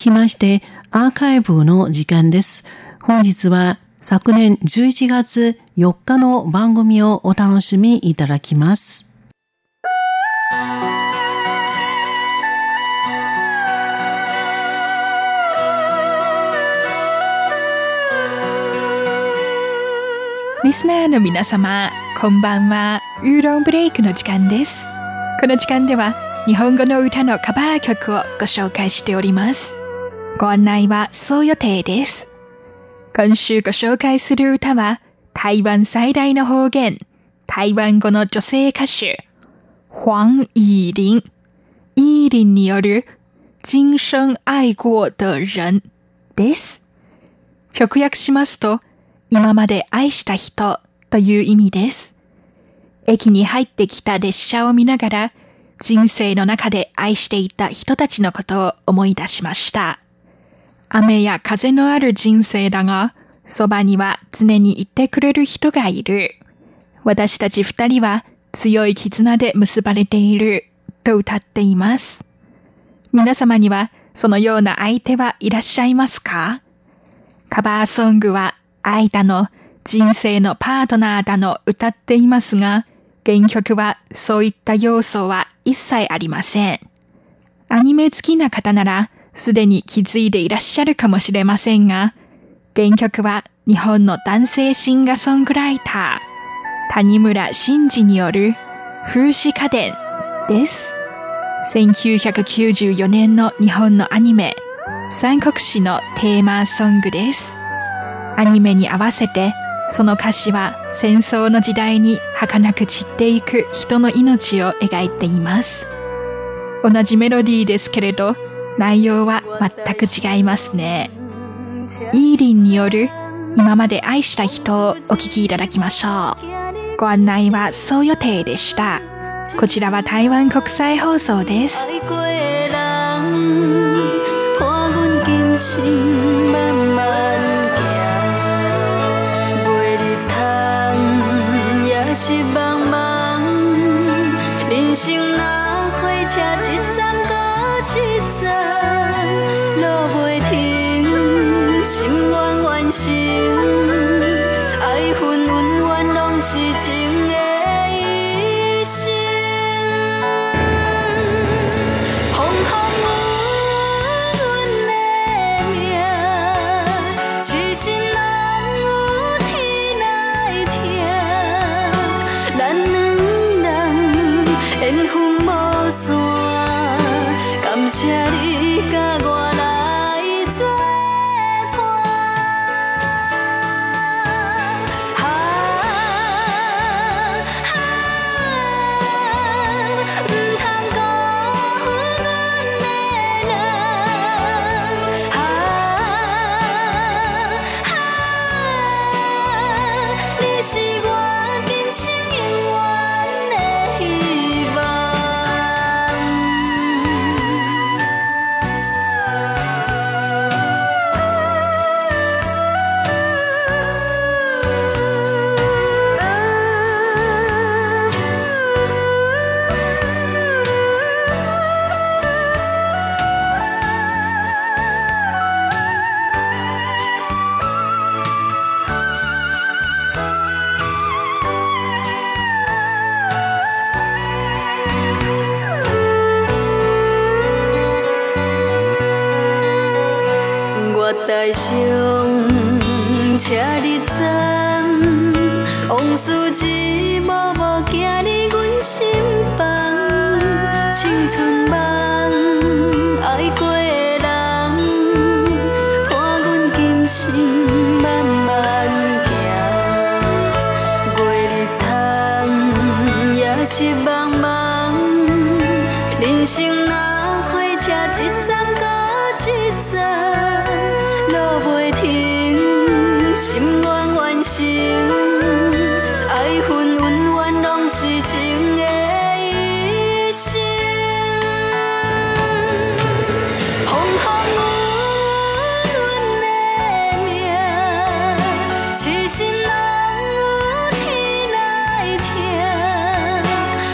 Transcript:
きましてアーカイブの時間です。本日は昨年11月4日の番組をお楽しみいただきます。 リスナーの皆様、こんばんは。ウーロンブレイクの時間です。この時間では日本語の歌のカバー曲をご紹介しております。ご案内はそう予定です。今週ご紹介する歌は台湾最大の方言、台湾語の女性歌手、黄以玲、イーリンによる今生愛過的人です。直訳しますと、今まで愛した人という意味です。駅に入ってきた列車を見ながら、人生の中で愛していた人たちのことを思い出しました。雨や風のある人生だが、そばには常にいてくれる人がいる。私たち二人は強い絆で結ばれていると歌っています。皆様にはそのような相手はいらっしゃいますか？カバーソングは愛だの、人生のパートナーだの歌っていますが、原曲はそういった要素は一切ありません。アニメ好きな方ならすでに気づいていらっしゃるかもしれませんが、原曲は日本の男性シンガーソングライター、谷村新司による風刺家電です。1994年の日本のアニメ、三国志のテーマソングです。アニメに合わせて、その歌詞は戦争の時代に儚く散っていく人の命を描いています。同じメロディーですけれど、内容は全く違いますね。イーリンによる今まで愛した人をお聞きいただきましょう。ご案内はそう予定でした。こちらは台湾国際放送です。 是茫茫，人生若火车一站搁一站，路袂停，心愿完成，爱恨恩怨拢是情的一生。风雨阮的命，痴心人有天来听。咱两人缘分无散，感谢你甲我来作伴。不通辜负阮的人，你是我今生永远的希望。我台上车你站，往事一幕幕行入阮心房，青春梦爱过的人，看阮今生慢慢行，月日窗也是茫茫，人生若火车一站到。